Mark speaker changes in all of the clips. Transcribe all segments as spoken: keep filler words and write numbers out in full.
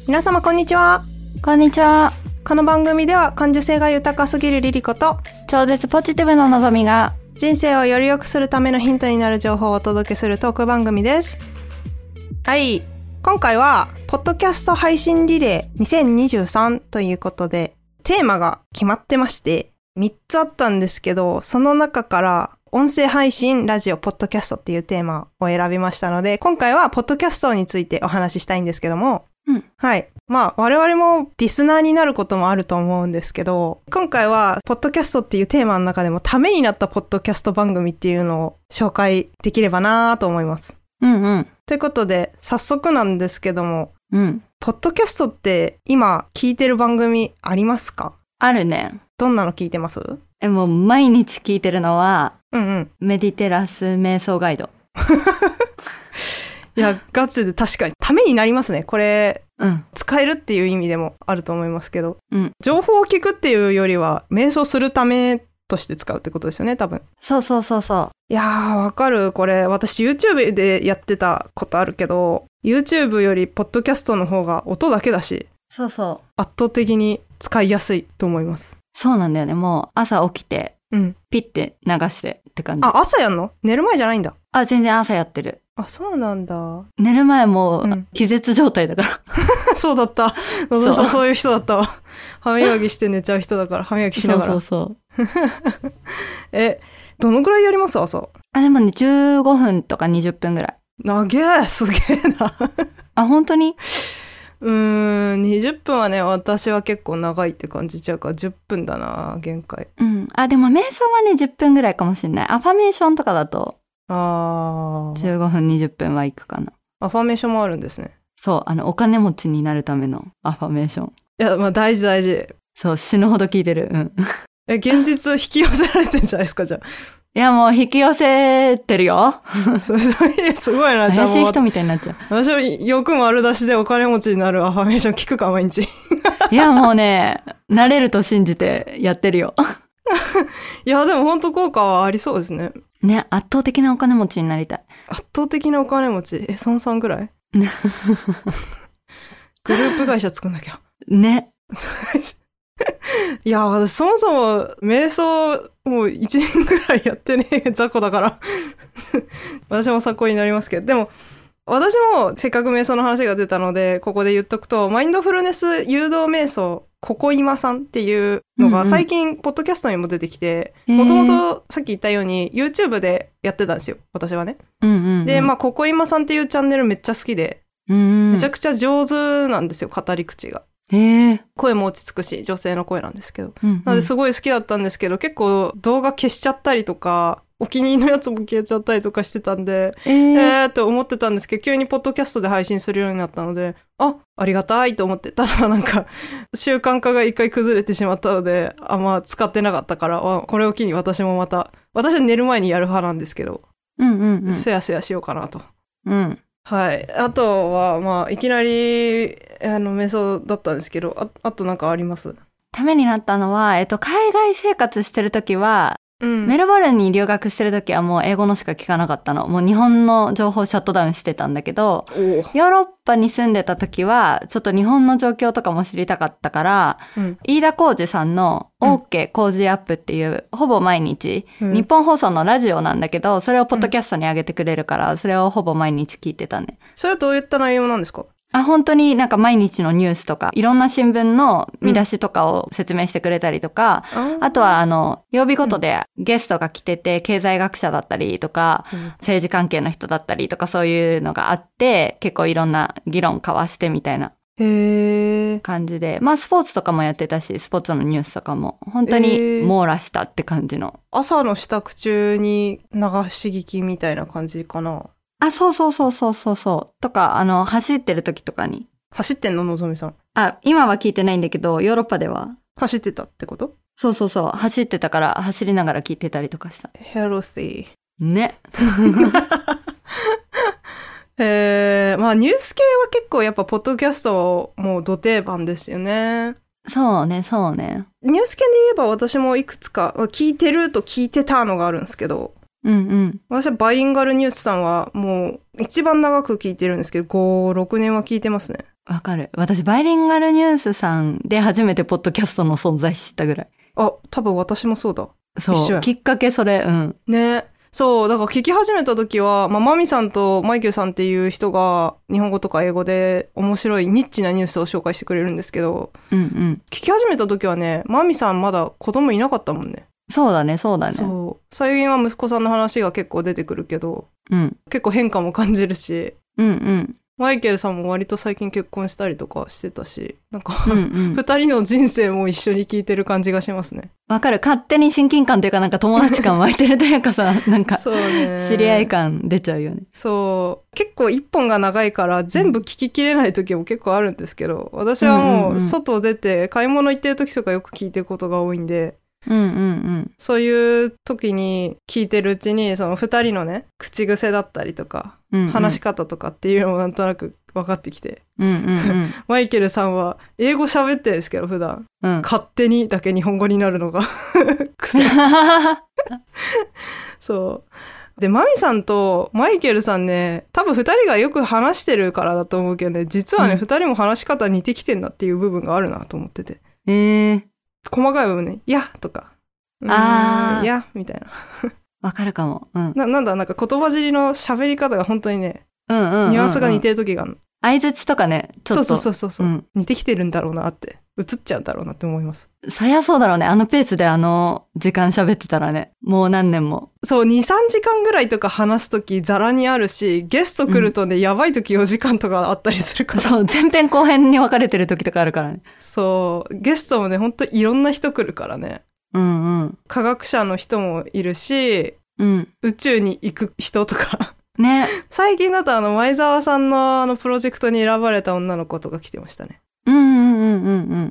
Speaker 1: 皆様こんにちは。
Speaker 2: こんにちは。
Speaker 1: この番組では感受性が豊かすぎるリリコと
Speaker 2: 超絶ポジティブなのぞみが
Speaker 1: 人生をより良くするためのヒントになる情報をお届けするトーク番組です。はい、今回はポッドキャスト配信リレーにせんにじゅうさんということでテーマが決まってましてみっつあったんですけど、その中から音声配信、ラジオ、ポッドキャストっていうテーマを選びましたので、今回はポッドキャストについてお話ししたいんですけども、
Speaker 2: うん、
Speaker 1: はい。まあ我々もリスナーになることもあると思うんですけど、今回はポッドキャストっていうテーマの中でもためになったポッドキャスト番組っていうのを紹介できればなと思います。
Speaker 2: うんうん。
Speaker 1: ということで早速なんですけども、
Speaker 2: うん。
Speaker 1: ポッドキャストって今聞いてる番組ありますか？
Speaker 2: あるね。
Speaker 1: どんなの聞いてます？
Speaker 2: え、もう毎日聞いてるのは、
Speaker 1: うんうん。
Speaker 2: メディテラス瞑想ガイド。
Speaker 1: いやガチで確かにためになりますね。これ、
Speaker 2: うん、
Speaker 1: 使えるっていう意味でもあると思いますけど、
Speaker 2: うん、
Speaker 1: 情報を聞くっていうよりは瞑想するためとして使うってことですよね、多分。
Speaker 2: そうそうそうそう。
Speaker 1: いやーわかる。これ私 YouTube でやってたことあるけど YouTube よりポッドキャストの方が音だけだし、
Speaker 2: そうそう。
Speaker 1: 圧倒的に使いやすいと思います。
Speaker 2: そうなんだよね。もう朝起きて、
Speaker 1: うん、
Speaker 2: ピッて流してって感じ。
Speaker 1: あ、朝やんの？寝る前じゃないんだ。
Speaker 2: あ、全然朝やってる。
Speaker 1: あ、そうなんだ。
Speaker 2: 寝る前もう、
Speaker 1: うん、
Speaker 2: 気絶状態だから
Speaker 1: そうだった。そうそう、そういう人だったわ。歯磨きして寝ちゃう人だから歯磨きしながら。そうそうそうえ、どのくらいやります朝？
Speaker 2: あ、でもねじゅうごふんとかにじゅっぷんぐらい。
Speaker 1: 長え、すげえな。
Speaker 2: あ、本当に？
Speaker 1: うーん、にじゅっぷんはね私は結構長いって感じちゃうからじゅっぷんだな限界。
Speaker 2: うん。あ、でも瞑想はねじゅっぷんぐらいかもしれない。アファメーションとかだと
Speaker 1: あ
Speaker 2: じゅうごふんにじゅっぷんはいくかな。
Speaker 1: アファメーションもあるんですね。
Speaker 2: そう、あのお金持ちになるためのアファメーション。
Speaker 1: いや、まあ大事大事。
Speaker 2: そう、死ぬほど聞いてる。うん。
Speaker 1: え、現実引き寄せられてんじゃないですか、じゃあ。
Speaker 2: いや、もう引き寄せてるよ。
Speaker 1: すごいな。
Speaker 2: 怪しい人みたいになっちゃう。
Speaker 1: 私は欲丸出しでお金持ちになるアファメーション聞くか毎日。
Speaker 2: いや、もうね、なれると信じてやってるよ。
Speaker 1: いや、でも本当効果はありそうですね。
Speaker 2: ね、圧倒的なお金持ちになりたい。
Speaker 1: 圧倒的なお金持ち。え、孫さんぐらい？グループ会社作んなきゃ。
Speaker 2: ね。
Speaker 1: いや私そもそも瞑想もういちねんぐらいやってね雑魚だから私も参考になりますけど、でも私もせっかく瞑想の話が出たのでここで言っとくと、マインドフルネス誘導瞑想ここ今さんっていうのが最近ポッドキャストにも出てきて、もともとさっき言ったように YouTube でやってたんですよ私はね、
Speaker 2: うんうんうん、
Speaker 1: でまあここ今さんっていうチャンネルめっちゃ好きで、
Speaker 2: うん、
Speaker 1: めちゃくちゃ上手なんですよ語り口が。
Speaker 2: へー、
Speaker 1: 声も落ち着くし女性の声なんですけど、
Speaker 2: うんうん、
Speaker 1: なのですごい好きだったんですけど結構動画消しちゃったりとかお気に入りのやつも消えちゃったりとかしてたんでえー、えーって思ってたんですけど、急にポッドキャストで配信するようになったのであありがたいと思って、ただなんか習慣化が一回崩れてしまったのであんま使ってなかったから、あこれを機に私もまた、私は寝る前にやる派なんですけど、
Speaker 2: うんうんうん、
Speaker 1: せやせやしようかなと。
Speaker 2: うん
Speaker 1: はい、あとはまあいきなりあの瞑想だったんですけど、 あ, あとなんかあります？
Speaker 2: ためになったのは、えっと、海外生活してる時は、うん、メルボルンに留学してる時はもう英語のしか聞かなかったの。もう日本の情報シャットダウンしてたんだけど、ヨーロッパに住んでた時はちょっと日本の状況とかも知りたかったから、うん、飯田浩二さんの OK 工事アップっていう、うん、ほぼ毎日、うん、日本放送のラジオなんだけどそれをポッドキャストに上げてくれるから、うん、それをほぼ毎日聞いてたね。
Speaker 1: それはどういった内容なんですか？
Speaker 2: あ、本当になんか毎日のニュースとかいろんな新聞の見出しとかを説明してくれたりとか、うん、あとはあの曜日ごとでゲストが来てて、経済学者だったりとか、うん、政治関係の人だったりとかそういうのがあって、結構いろんな議論交わしてみたいな感じで、まあスポーツとかもやってたし、スポーツのニュースとかも本当に網羅したって感じの。
Speaker 1: 朝の支度中に流し聞きみたいな感じかな。
Speaker 2: あ、そうそうそうそうそうそうとか、あの走ってる時とかに。
Speaker 1: 走ってんの？のぞみさん。
Speaker 2: あ、今は聞いてないんだけど、ヨーロッパでは
Speaker 1: 走ってたってこと？
Speaker 2: そうそうそう、走ってたから走りながら聞いてたりとかした。
Speaker 1: ヘロシー
Speaker 2: ね
Speaker 1: えー、まあニュース系は結構やっぱポッドキャストもうド定番ですよね。
Speaker 2: そうねそうね。
Speaker 1: ニュース系で言えば私もいくつか聞いてると聞いてたのがあるんですけど、
Speaker 2: うんうん、
Speaker 1: 私はバイリンガルニュースさんはもう一番長く聞いてるんですけど、ご、ろくねんは聞いてますね。
Speaker 2: わかる。私バイリンガルニュースさんで初めてポッドキャストの存在知ったぐらい。
Speaker 1: あ、多分私もそうだ。
Speaker 2: そうきっかけそれ。うん
Speaker 1: ね。そうだから聞き始めた時は、まあ、マミさんとマイケルさんっていう人が日本語とか英語で面白いニッチなニュースを紹介してくれるんですけど、
Speaker 2: うんうん、
Speaker 1: 聞き始めた時はね、マミさんまだ子供いなかったもんね。
Speaker 2: そうだねそうだね。
Speaker 1: そう最近は息子さんの話が結構出てくるけど、
Speaker 2: うん、
Speaker 1: 結構変化も感じるし、
Speaker 2: うんうん、
Speaker 1: マイケルさんも割と最近結婚したりとかしてたし、なんか、うんうん、ふたりの人生も一緒に聞いてる感じがしますね。
Speaker 2: わかる。勝手に親近感というかなんか友達感湧いてるというかさなんかそう、ね、知り合い感出ちゃうよね。
Speaker 1: そう結構一本が長いから全部聞ききれない時も結構あるんですけど、私はもう外出て買い物行ってる時とかよく聞いてることが多いんで、
Speaker 2: うんうんうん、
Speaker 1: そういう時に聞いてるうちにそのふたりのね口癖だったりとか、うんうん、話し方とかっていうのもなんとなく分かってきて、うんうんうん、マイケルさんは英語喋ってるんですけど普段、うん、勝手にだけ日本語になるのが癖そうでマミさんとマイケルさんね多分ふたりがよく話してるからだと思うけどね、実はね、うん、ふたりも話し方似てきてんなっていう部分があるなと思ってて、
Speaker 2: えー
Speaker 1: 細かい部分ね、いやとか、
Speaker 2: あー、
Speaker 1: いやみたいな。
Speaker 2: わかるかも。うん。
Speaker 1: な、なんだ、なんか言葉尻の喋り方が本当にね、うんうんうんうん、ニュアンスが似てる時があるの。
Speaker 2: 相槌とかね、ちょっと。
Speaker 1: そうそうそうそう、うん、似てきてるんだろうなって、映っちゃうんだろうなって思います。
Speaker 2: そりゃそうだろうね。あのペースであの時間喋ってたらね、もう何年も。
Speaker 1: そう、に、さんじかんぐらいとか話す時ザラにあるし、ゲスト来るとね、うん、やばい時よじかんとかあったりするから。
Speaker 2: そう、前編後編に分かれてる時とかあるからね。
Speaker 1: そう、ゲストもね、ほんといろんな人来るからね。
Speaker 2: うんうん。
Speaker 1: 科学者の人もいるし、うん、宇宙に行く人とか。
Speaker 2: ね。
Speaker 1: 最近だとあの前澤さんのあのプロジェクトに選ばれた女の子とか来てましたね。
Speaker 2: うんうんうんうんうん。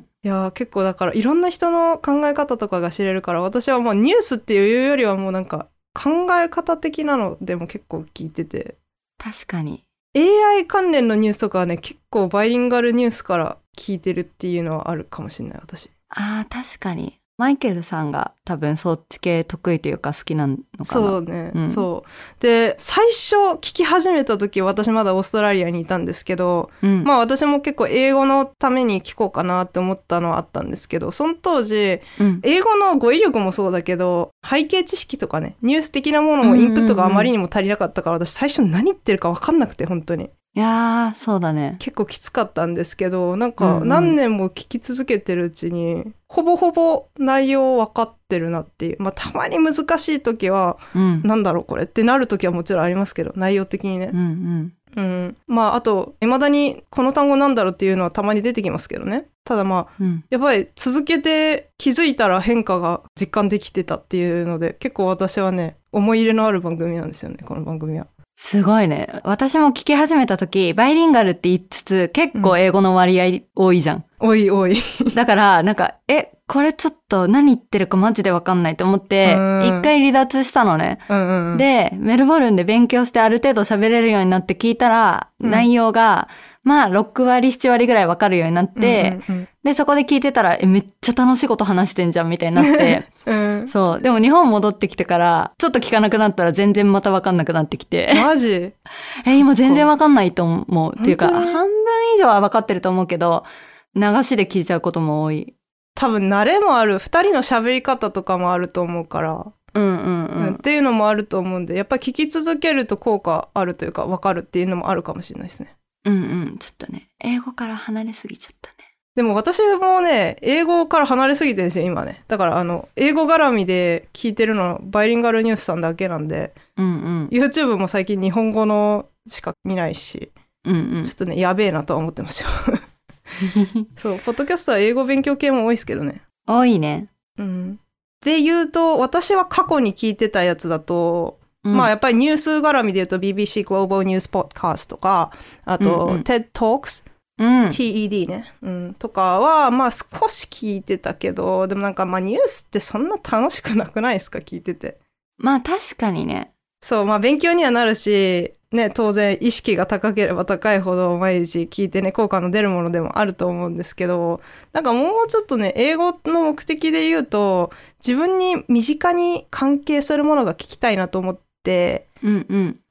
Speaker 1: いや結構だからいろんな人の考え方とかが知れるから、私はもうニュースっていうよりはもうなんか考え方的なのでも結構聞いてて。
Speaker 2: 確かに
Speaker 1: エーアイ 関連のニュースとかはね結構バイリンガルニュースから聞いてるっていうのはあるかもしれない私。
Speaker 2: あー確かにマイケルさんが多分そっち系得意というか好きなのかな。
Speaker 1: そうね、うん、そうで最初聞き始めた時私まだオーストラリアにいたんですけど、うん、まあ私も結構英語のために聞こうかなって思ったのはあったんですけど、その当時、うん、英語の語彙力もそうだけど背景知識とかねニュース的なものもインプットがあまりにも足りなかったから、私最初何言ってるか分かんなくて本当に。
Speaker 2: いやーそうだね
Speaker 1: 結構きつかったんですけど、なんか何年も聞き続けてるうちに、うんうん、ほぼほぼ内容分かってるなっていう、まあたまに難しい時は、うん、なんだろうこれってなる時はもちろんありますけど、内容的にね、うんうんうん、まああと未だにこの単語なんだろうっていうのはたまに出てきますけどね。ただまあ、うん、やっぱり続けて気づいたら変化が実感できてたっていうので、結構私はね思い入れのある番組なんですよねこの番組は。
Speaker 2: すごいね。私も聞き始めた時バイリンガルって言いつつ結構英語の割合多いじゃん、
Speaker 1: うん、多い多い
Speaker 2: だからなんかえこれちょっと何言ってるかマジで分かんないと思って一回離脱したのね、うんうんうん、でメルボルンで勉強してある程度喋れるようになって聞いたら、うん、内容がまあろくわりななわりぐらい分かるようになって、うんうんうん、でそこで聞いてたらえめっちゃ楽しいこと話してんじゃんみたいになって、うん、そうでも日本戻ってきてからちょっと聞かなくなったら全然また分かんなくなってきて
Speaker 1: マジ
Speaker 2: え今全然分かんないと思うっていうか半分以上は分かってると思うけど流しで聞いちゃうことも多い。
Speaker 1: 多分慣れもある、ふたりの喋り方とかもあると思うから、
Speaker 2: うんうんうん、
Speaker 1: っていうのもあると思うんで、やっぱり聞き続けると効果あるというか分かるっていうのもあるかもしれないですね。
Speaker 2: うんうんちょっとね英語から離れすぎちゃったね。
Speaker 1: でも私もね英語から離れすぎてるんですよ今ね。だからあの英語絡みで聞いてるのバイリンガルニュースさんだけなんで、うんうん、YouTube も最近日本語のしか見ないし、うんうん、ちょっとねやべえなとは思ってますよそうポッドキャストは英語勉強系も多いですけどね。
Speaker 2: 多いね。
Speaker 1: うん。で言うと私は過去に聞いてたやつだと、うん、まあやっぱりニュース絡みで言うと ビービーシー Global News Podcast とかあと、うんうん、テッド Talks、うん、ティーイーディー ね、うん、とかはまあ少し聞いてたけど、でもなんかまあニュースってそんな楽しくなくないですか聞いてて。
Speaker 2: まあ確かにね。
Speaker 1: そうまあ勉強にはなるしね、当然意識が高ければ高いほど毎日聞いてね効果の出るものでもあると思うんですけど、なんかもうちょっとね英語の目的で言うと自分に身近に関係するものが聞きたいなと思って、うんうん、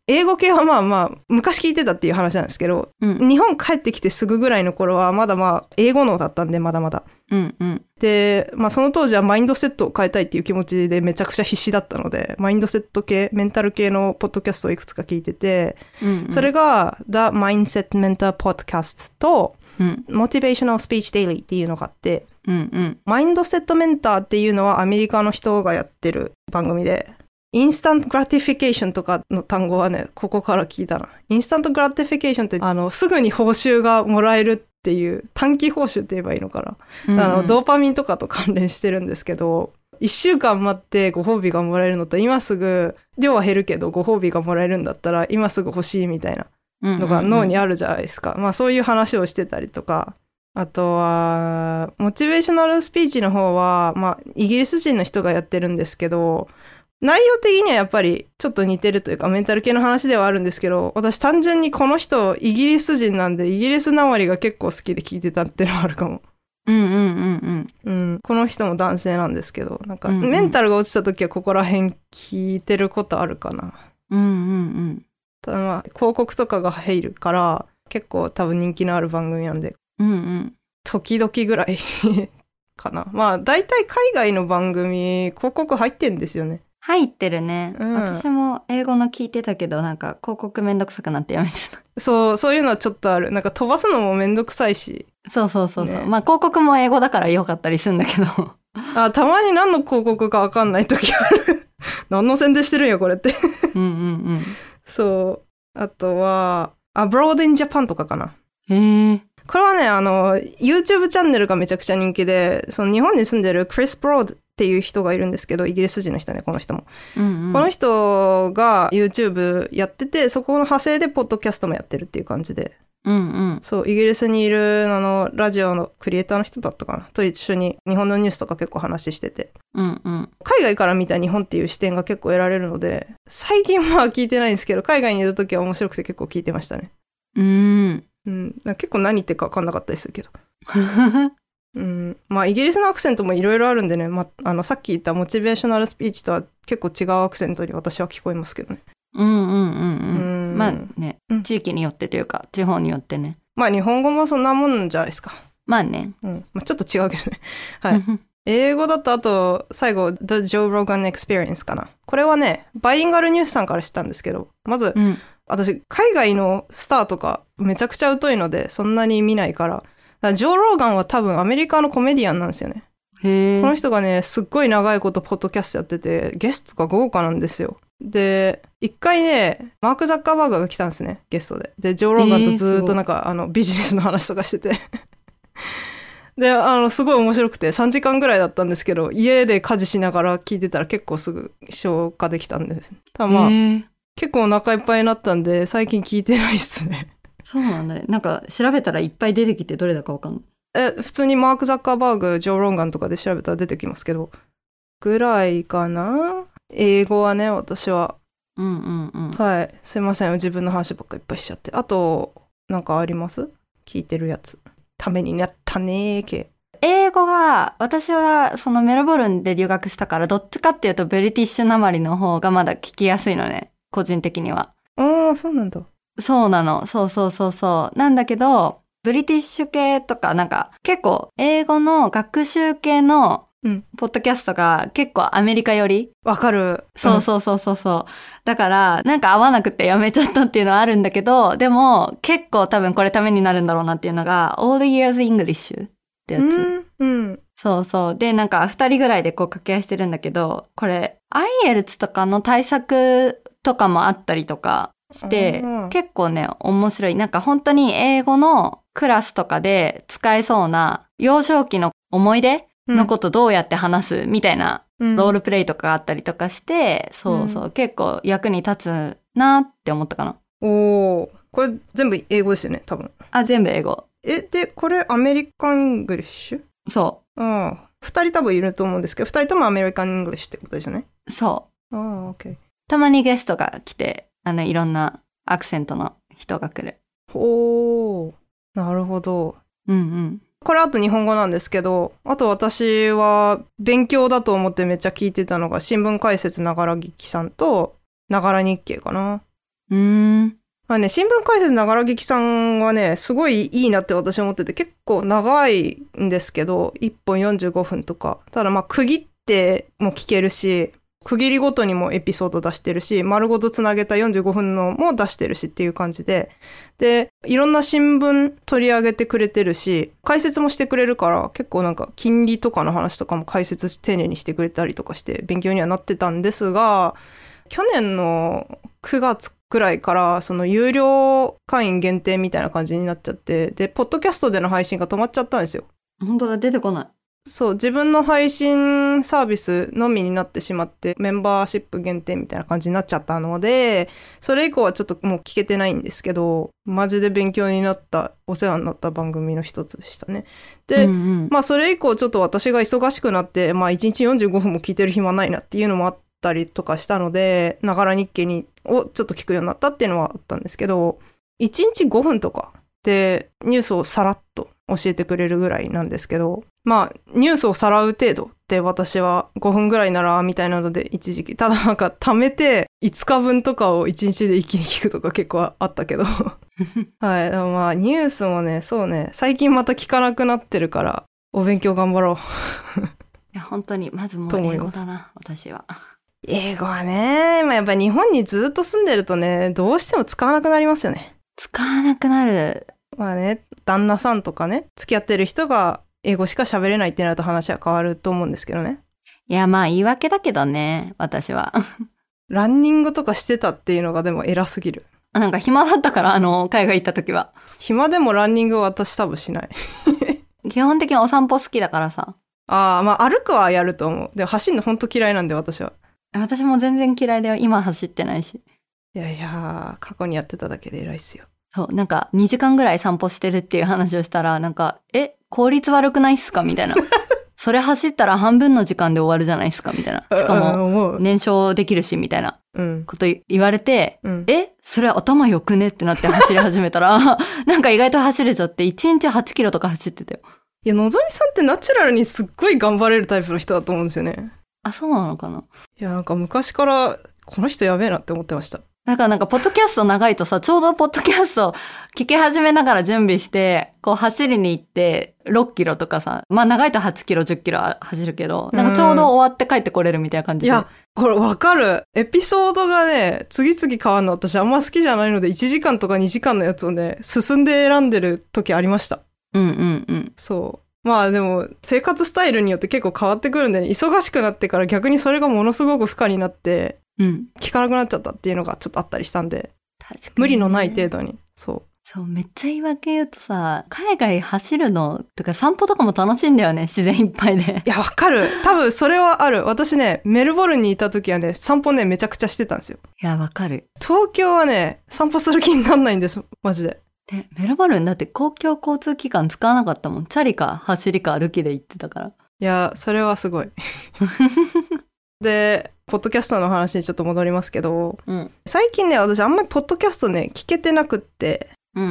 Speaker 1: 英語系はまあまあ昔聞いてたっていう話なんですけど、うん、日本帰ってきてすぐぐらいの頃はまだまあ英語脳だったんでまだまだ、
Speaker 2: うんうん、
Speaker 1: で、まあ、その当時はマインドセットを変えたいっていう気持ちでめちゃくちゃ必死だったのでマインドセット系メンタル系のポッドキャストをいくつか聞いてて、うんうん、それが The Mindset Mentor Podcast と、うん、Motivational Speech Daily っていうのがあって、うんうん、マインドセットメンターっていうのはアメリカの人がやってる番組で、インスタントグラティフィケーションとかの単語はねここから聞いたな。インスタントグラティフィケーションってあのすぐに報酬がもらえるっていう短期報酬って言えばいいのかな、うんうん、あのドーパミンとかと関連してるんですけど、いっしゅうかん待ってご褒美がもらえるのと今すぐ量は減るけどご褒美がもらえるんだったら今すぐ欲しいみたいなのが脳にあるじゃないですか、うんうんうん、まあそういう話をしてたりとか、あとはモチベーショナルスピーチの方は、まあ、イギリス人の人がやってるんですけど、内容的にはやっぱりちょっと似てるというかメンタル系の話ではあるんですけど、私単純にこの人イギリス人なんでイギリスなまりが結構好きで聞いてたっていうのはあるかも。
Speaker 2: うんうんうんうん
Speaker 1: うん、この人も男性なんですけど、なんかメンタルが落ちた時はここら辺聞いてることあるかな。
Speaker 2: うんうんうん。
Speaker 1: ただまあ広告とかが入るから結構多分人気のある番組なんで、
Speaker 2: うんうん、
Speaker 1: 時々ぐらいかな。まあ大体海外の番組広告入ってんですよね。
Speaker 2: 入ってるね、うん、私も英語の聞いてたけどなんか広告めんどくさくなってやめてた。
Speaker 1: そうそういうのはちょっとある。なんか飛ばすのもめんどくさいし。
Speaker 2: そうそうそうそう、ね、まあ広告も英語だから良かったりするんだけど
Speaker 1: あ、たまに何の広告か分かんない時ある何の宣伝してるんやこれって
Speaker 2: うんうんうん
Speaker 1: そう。あとはAbroad in Japan とかかな。
Speaker 2: へえ。
Speaker 1: これはねあの YouTube チャンネルがめちゃくちゃ人気で、その日本に住んでるクリス・ブロードっていう人がいるんですけど、イギリス人の人ね、この人も、うんうん、この人が YouTube やってて、そこの派生でポッドキャストもやってるっていう感じで、
Speaker 2: うんうん、
Speaker 1: そうイギリスにいるあのラジオのクリエイターの人だったかなと一緒に日本のニュースとか結構話してて、
Speaker 2: うんうん、
Speaker 1: 海外から見た日本っていう視点が結構得られるので、最近は聞いてないんですけど海外にいる時は面白くて結構聞いてましたね。
Speaker 2: うーん、
Speaker 1: うん、結構何言ってるか分かんなかったりするけどうん、まあイギリスのアクセントもいろいろあるんでね、ま、あのさっき言ったモチベーショナルスピーチとは結構違うアクセントに私は聞こえますけどね。
Speaker 2: うんうんうんうん、うん、まあね、地域によってというか地方によってね、
Speaker 1: まあ日本語もそんなもんじゃないですか。
Speaker 2: まあね、
Speaker 1: うんまあ、ちょっと違うけどねはい英語だとあと最後 The Joe Rogan Experience かな。これはねバイリンガルニュースさんから知ったんですけど、まず、うん、私海外のスターとかめちゃくちゃ疎いのでそんなに見ないから、だからジョー・ローガンは多分アメリカのコメディアンなんですよね。
Speaker 2: へー。
Speaker 1: この人がねすっごい長いことポッドキャストやっててゲストが豪華なんですよ。で一回ねマーク・ザッカーバーグが来たんですね、ゲストで。でジョー・ローガンとずっとなんか、あのビジネスの話とかしててであのすごい面白くてさんじかんぐらいだったんですけど、家で家事しながら聞いてたら結構すぐ消化できたんです。ただまあ結構お腹いっぱいになったんで最近聞いてないっすね。
Speaker 2: そうなんだね。なんか調べたらいっぱい出てきてどれだかわかんない。
Speaker 1: え普通にマーク・ザッカーバーグ、ジョー・ロンガンとかで調べたら出てきますけどぐらいかな。英語はね私は、
Speaker 2: うんうんうん、
Speaker 1: はいすいません自分の話ばっかいっぱいしちゃって。あとなんかあります？聞いてるやつためになったねー系。
Speaker 2: 英語が私はそのメルボルンで留学したからどっちかっていうとブリティッシュなまりの方がまだ聞きやすいのね、個人的には。
Speaker 1: ああそうなんだ。
Speaker 2: そうなの、そうそうそうそうなんだけど、ブリティッシュ系とかなんか結構英語の学習系のポッドキャストが結構アメリカ寄り。
Speaker 1: わかる。
Speaker 2: そうそうそうそうそう、うん、だからなんか合わなくてやめちゃったっていうのはあるんだけど、でも結構多分これためになるんだろうなっていうのが All Years English ってやつ、
Speaker 1: うん、うん、
Speaker 2: そうそうでなんかふたりぐらいでこう掛け合いしてるんだけど、これ アイエルツ とかの対策とかもあったりとかして、結構ね面白い。なんか本当に英語のクラスとかで使えそうな幼少期の思い出のことどうやって話すみたいなロールプレイとかがあったりとかして、うん、そうそう結構役に立つなって思ったかな。
Speaker 1: おー、これ全部英語ですよね多分。
Speaker 2: あ、全部英語。
Speaker 1: えでこれアメリカン・イングリッシュ？
Speaker 2: そう。
Speaker 1: ああふたり多分いると思うんですけど、ふたりともアメリカン・イングリッシュってことですよね。
Speaker 2: そう。
Speaker 1: ああ、オッケー。
Speaker 2: たまにゲストが来て、あのいろんなアクセントの人が来る。
Speaker 1: ほー、なるほど。
Speaker 2: うんうん。
Speaker 1: これあと日本語なんですけど、あと私は勉強だと思ってめっちゃ聞いてたのが新聞解説ながら劇さんとながら日経かな。
Speaker 2: うーん。
Speaker 1: まあね、新聞解説ながら劇さんはね、すごいいいなって私は思ってて、結構長いんですけど、いっぽんよんじゅうごふんとか。ただまあ区切っても聞けるし、区切りごとにもエピソード出してるし、丸ごとつなげたよんじゅうごふんのも出してるしっていう感じで。で、いろんな新聞取り上げてくれてるし、解説もしてくれるから、結構なんか金利とかの話とかも解説丁寧にしてくれたりとかして勉強にはなってたんですが、去年のくがつくらいからその有料会員限定みたいな感じになっちゃって、で、ポッドキャストでの配信が止まっちゃったんですよ。
Speaker 2: 本当だ、出てこない。
Speaker 1: そう、自分の配信サービスのみになってしまって、メンバーシップ限定みたいな感じになっちゃったので、それ以降はちょっともう聞けてないんですけど、マジで勉強になった、お世話になった番組の一つでしたね。で、うんうん、まあそれ以降ちょっと私が忙しくなって、まあいちにちよんじゅうごふんも聞いてる暇ないなっていうのもあったりとかしたので、ながら日経にをちょっと聞くようになったっていうのはあったんですけど、いちにちごふんとかでニュースをさらっと教えてくれるぐらいなんですけど、まあニュースをさらう程度で私はごふんぐらいならみたいなので一時期、ただなんか貯めていつかぶんとかをいちにちで一気に聞くとか結構あったけどはい、でもまあニュースもね、そうね、最近また聞かなくなってるからお勉強頑張ろうい
Speaker 2: や本当にまずもう英語だな、私は。
Speaker 1: 英語はね、まあ、やっぱ日本にずっと住んでるとね、どうしても使わなくなりますよね。
Speaker 2: 使わなくなる。
Speaker 1: まあね、旦那さんとかね、付き合ってる人が英語しか喋れないってなると話は変わると思うんですけどね。
Speaker 2: いやまあ言い訳だけどね、私は。
Speaker 1: ランニングとかしてたっていうのがでも偉すぎる。
Speaker 2: なんか暇だったから、あの、海外行った時は。
Speaker 1: 暇でもランニングは私多分しない。
Speaker 2: 基本的にお散歩好きだからさ。
Speaker 1: ああ、まあ歩くはやると思う。でも走るのほんと嫌いなんで私は。
Speaker 2: 私も全然嫌いだよ。今走ってないし。
Speaker 1: いやいや、過去にやってただけで偉いっすよ。
Speaker 2: そう、なんかにじかんぐらい散歩してるっていう話をしたら、なんか、え、効率悪くないっすかみたいな。それ走ったら半分の時間で終わるじゃないっすかみたいな。しかも、燃焼できるし、みたいなこと言われて、うん、え、それ頭良くねってなって走り始めたら、なんか意外と走れちゃって、いちにちはちキロとか走ってたよ。
Speaker 1: いや、のぞみさんってナチュラルにすっごい頑張れるタイプの人だと思うんですよね。
Speaker 2: あ、そうなのかな。
Speaker 1: いや、なんか昔からこの人やべえなって思ってました。
Speaker 2: だからなんかポッドキャスト長いとさ、ちょうどポッドキャスト聞き始めながら準備して、こう走りに行ってろっキロとかさ、まあ長いとはちキロ、じゅっキロ走るけど、なんかちょうど終わって帰ってこれるみたいな感じで。
Speaker 1: いや、これわかる。エピソードがね、次々変わるの私あんま好きじゃないのでいちじかんとかにじかんのやつをね、進んで選んでる時ありました。
Speaker 2: うんうんうん。
Speaker 1: そう。まあでも生活スタイルによって結構変わってくるんでね、忙しくなってから逆にそれがものすごく負荷になって、うん、聞かなくなっちゃったっていうのがちょっとあったりしたんで、確かにね、無理のない程度に。そう
Speaker 2: そう、めっちゃ言い訳言うとさ、海外走るのとか散歩とかも楽しいんだよね、自然いっぱいで。
Speaker 1: いや、わかる。多分それはある。私ね、メルボルンにいた時はね、散歩ね、めちゃくちゃしてたんですよ。
Speaker 2: いや、わかる。
Speaker 1: 東京はね、散歩する気になんないんです、マジで。
Speaker 2: で、メルボルンだって公共交通機関使わなかったもん。チャリか走りか歩きで行ってたから。
Speaker 1: いや、それはすごい。で、ポッドキャストの話にちょっと戻りますけど、うん、最近ね、私あんまりポッドキャストね、聞けてなくって、うんうん、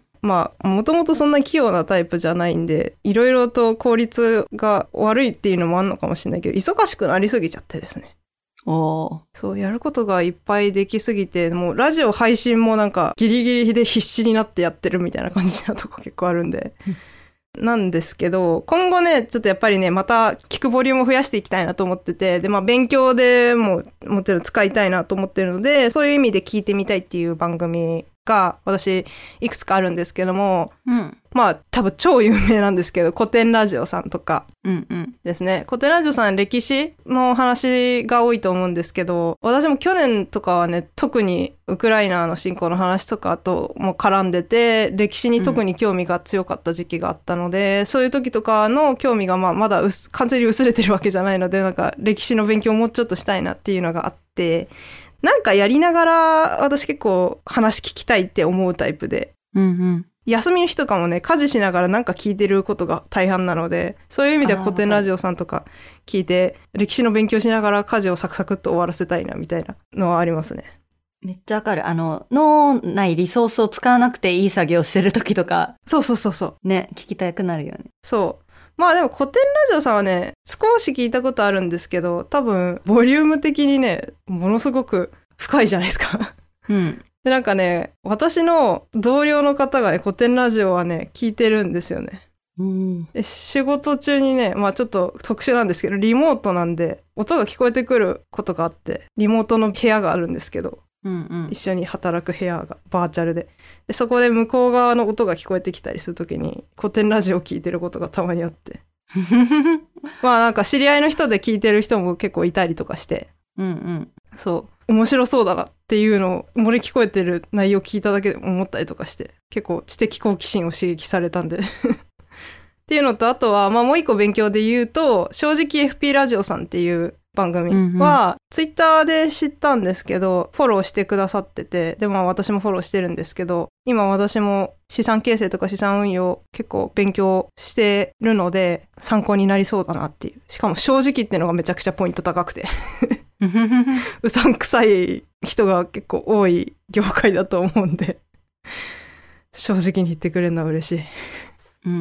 Speaker 1: まあ、もともとそんな器用なタイプじゃないんで、いろいろと効率が悪いっていうのもあるのかもしれないけど、忙しくなりすぎちゃってですね。おそう、やることがいっぱいできすぎて、もうラジオ配信もなんかギリギリで必死になってやってるみたいな感じなとこ結構あるんで。なんですけど、今後ね、ちょっとやっぱりね、また聞くボリュームを増やしていきたいなと思ってて、で、まあ勉強でももちろん使いたいなと思ってるので、そういう意味で聞いてみたいっていう番組が私いくつかあるんですけども、うん、まあ多分超有名なんですけど、古典ラジオさんとかですね、うんうん、古典ラジオさん歴史の話が多いと思うんですけど、私も去年とかはね、特にウクライナの侵攻の話とかとも絡んでて、歴史に特に興味が強かった時期があったので、うん、そういう時とかの興味がまあまだ薄完全に薄れてるわけじゃないので、なんか歴史の勉強をもうちょっとしたいなっていうのがあって、なんかやりながら私結構話聞きたいって思うタイプで、うんうん、休みの日とかもね、家事しながらなんか聞いてることが大半なので、そういう意味では古典ラジオさんとか聞いて歴史の勉強しながら家事をサクサクっと終わらせたいなみたいなのはありますね。
Speaker 2: めっちゃわかる。あの脳内リソースを使わなくていい作業してる時とか、
Speaker 1: そうそうそうそう
Speaker 2: ね、聞きたくなるよね。
Speaker 1: そう、まあでも古典ラジオさんはね、少し聞いたことあるんですけど、多分ボリューム的にね、ものすごく深いじゃないですか。うん。 で、なんかね、私の同僚の方がね、古典ラジオはね、聞いてるんですよね。
Speaker 2: うん、
Speaker 1: で仕事中にね、まあちょっと特殊なんですけど、リモートなんで、音が聞こえてくることがあって、リモートの部屋があるんですけど、
Speaker 2: うんうん、
Speaker 1: 一緒に働く部屋がバーチャルで。で、そこで向こう側の音が聞こえてきたりするときに、古典ラジオを聞いてることがたまにあって。まあなんか知り合いの人で聞いてる人も結構いたりとかして、
Speaker 2: うんうん、
Speaker 1: そう面白そうだなっていうのを漏れ聞こえてる内容を聞いただけで思ったりとかして、結構知的好奇心を刺激されたんでっていうのと、あとはまあもう一個勉強で言うと、正直 エフピー ラジオさんっていう番組はツイッターで知ったんですけど、フォローしてくださってて、でも私もフォローしてるんですけど、今私も資産形成とか資産運用結構勉強してるので参考になりそうだなっていう。しかも正直っていうのがめちゃくちゃポイント高くてうさんくさい人が結構多い業界だと思うんで正直に言ってくれるのは嬉しい。うんうん、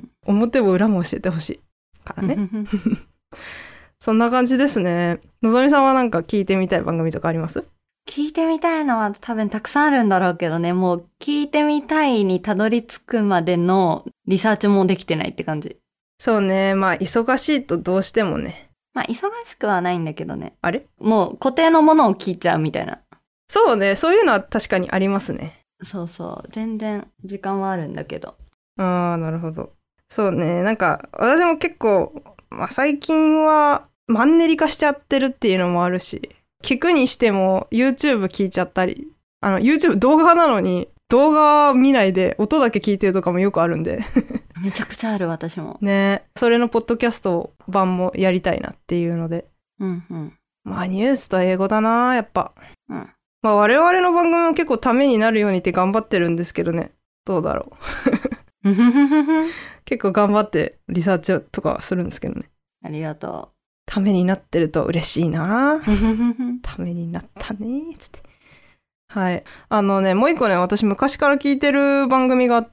Speaker 1: 表も裏も教えてほしいからねそんな感じですね。のぞみさんはなんか聞いてみたい番組とかあります？
Speaker 2: 聞いてみたいのは多分たくさんあるんだろうけどね、もう聞いてみたいにたどり着くまでのリサーチもできてないって感じ。
Speaker 1: そうね、まあ忙しいとどうしてもね。
Speaker 2: まあ忙しくはないんだけどね。
Speaker 1: あれ？
Speaker 2: もう固定のものを聞いちゃうみたいな。
Speaker 1: そうね、そういうのは確かにありますね。
Speaker 2: そうそう、全然時間はあるんだけど。
Speaker 1: ああ、なるほど。そうね、なんか私も結構、まあ、最近はマンネリ化しちゃってるっていうのもあるし、聞くにしても YouTube 聞いちゃったり、あの YouTube 動画なのに動画見ないで音だけ聞いてるとかもよくあるんで
Speaker 2: めちゃくちゃある、私も
Speaker 1: ね。それのポッドキャスト版もやりたいなっていうので、
Speaker 2: うんうん、
Speaker 1: まあニュースと英語だなやっぱ、
Speaker 2: うん、
Speaker 1: まあ我々の番組も結構ためになるようにって頑張ってるんですけどね、どうだろう結構頑張ってリサーチとかするんですけどね。
Speaker 2: ありがとう。
Speaker 1: ためになってると嬉しいなためになったねつって。はい。あのね、もう一個ね、私昔から聞いてる番組があって、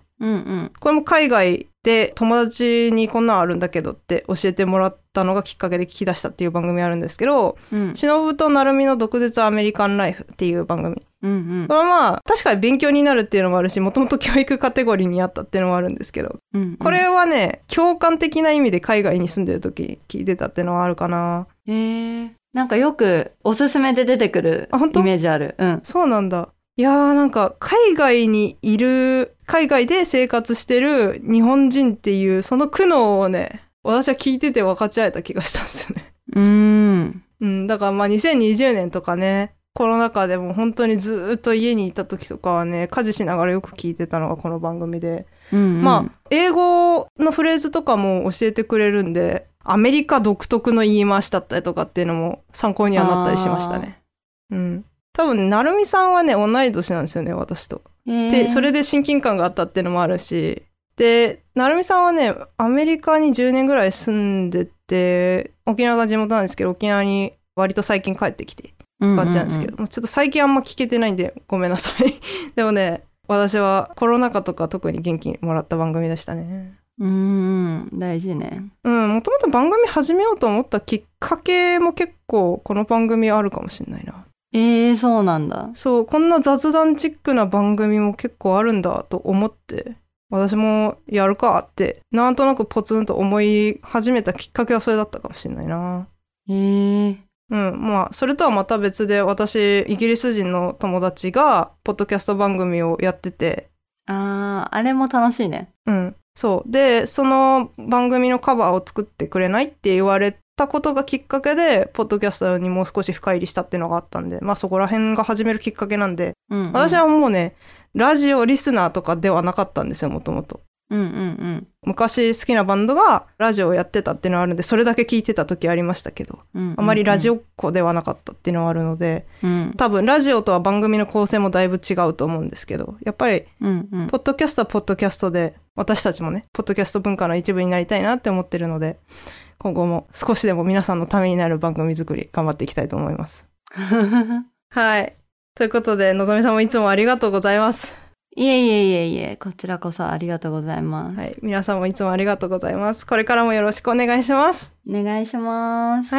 Speaker 2: うんうん、
Speaker 1: これも海外で友達にこんなんあるんだけどって教えてもらったのがきっかけで聞き出したっていう番組あるんですけど、うん、忍と成海の毒舌アメリカンライフっていう番組。うんうん、これはまあ確かに勉強になるっていうのもあるし、もともと教育カテゴリーにあったっていうのもあるんですけど、うんうん、これはね、共感的な意味で海外に住んでる時聞いてたっていうのはあるかな。
Speaker 2: へー、なんかよくおすすめで出てくるイメージある。うん、
Speaker 1: そうなんだ。いやー、なんか海外にいる、海外で生活してる日本人っていうその苦悩をね、私は聞いてて分かち合えた気がしたんですよね。うーん。うん、だからまあにせんにじゅうねんとかね、コロナ禍でも本当にずっと家にいた時とかはね、家事しながらよく聞いてたのがこの番組で、うんうん、まあ英語のフレーズとかも教えてくれるんで、アメリカ独特の言い回しだったりとかっていうのも参考にはなったりしましたね。うん。多分成海さんはね同い年なんですよね、私と。でそれで親近感があったっていうのもあるし、で成海さんはねアメリカにじゅうねんぐらい住んでて、沖縄が地元なんですけど、沖縄に割と最近帰ってきて感じなんですけど、うんうんうん、ちょっと最近あんま聞けてないんでごめんなさいでもね、私はコロナ禍とか特に元気もらった番組でしたね。
Speaker 2: うーん、大事ね。
Speaker 1: うん、もともと番組始めようと思ったきっかけも結構この番組あるかもしれないな。
Speaker 2: えー、そうなんだ。
Speaker 1: そう、こんな雑談チックな番組も結構あるんだと思って、私もやるかってなんとなくポツンと思い始めたきっかけはそれだったかもしれないな。
Speaker 2: へー。
Speaker 1: うん、まあそれとはまた別で、私イギリス人の友達がポッドキャスト番組をやってて、
Speaker 2: あー、あれも楽しいね。
Speaker 1: うん、そうで、その番組のカバーを作ってくれないって言われたことがきっかけでポッドキャストにもう少し深入りしたっていうのがあったんで、まあそこら辺が始めるきっかけなんで、うんうん、私はもうねラジオリスナーとかではなかったんですよ、もともと。うんうんうん、昔好きなバンドがラジオをやってたっていうのはあるんで、それだけ聞いてた時ありましたけど、うんうんうん、あまりラジオっ子ではなかったっていうのはあるので、うん、多分ラジオとは番組の構成もだいぶ違うと思うんですけど、やっぱり、うんうん、ポッドキャストはポッドキャストで、私たちもねポッドキャスト文化の一部になりたいなって思ってるので、今後も少しでも皆さんのためになる番組作り頑張っていきたいと思いますはい、ということでのぞみさんもいつもありがとうございます。
Speaker 2: いえいえいえいえ、こちらこそありがとうございます。
Speaker 1: はい、皆さんもいつもありがとうございます。これからもよろしくお願いします。
Speaker 2: お願いします。
Speaker 1: はい、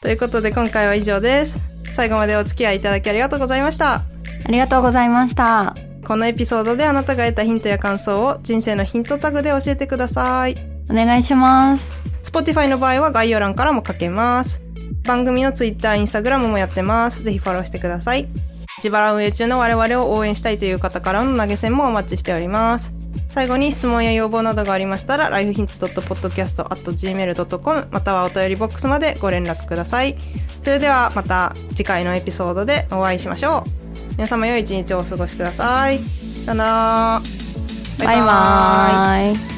Speaker 1: ということで今回は以上です。最後までお付き合いいただきありがとうございました。
Speaker 2: ありがとうございました。
Speaker 1: このエピソードであなたが得たヒントや感想を人生のヒントタグで教えてください。
Speaker 2: お願いします。
Speaker 1: Spotify の場合は概要欄からも書けます。番組の Twitter、Instagram もやってます。ぜひフォローしてください。自腹運営中の我々を応援したいという方からの投げ銭もお待ちしております。最後に質問や要望などがありましたら ライフヒンツドットポッドキャストアットジーメールドットコム またはお便りボックスまでご連絡ください。それではまた次回のエピソードでお会いしましょう。皆様良い一日をお過ごしください。さよなら。
Speaker 2: バイバーイ。バイバーイ。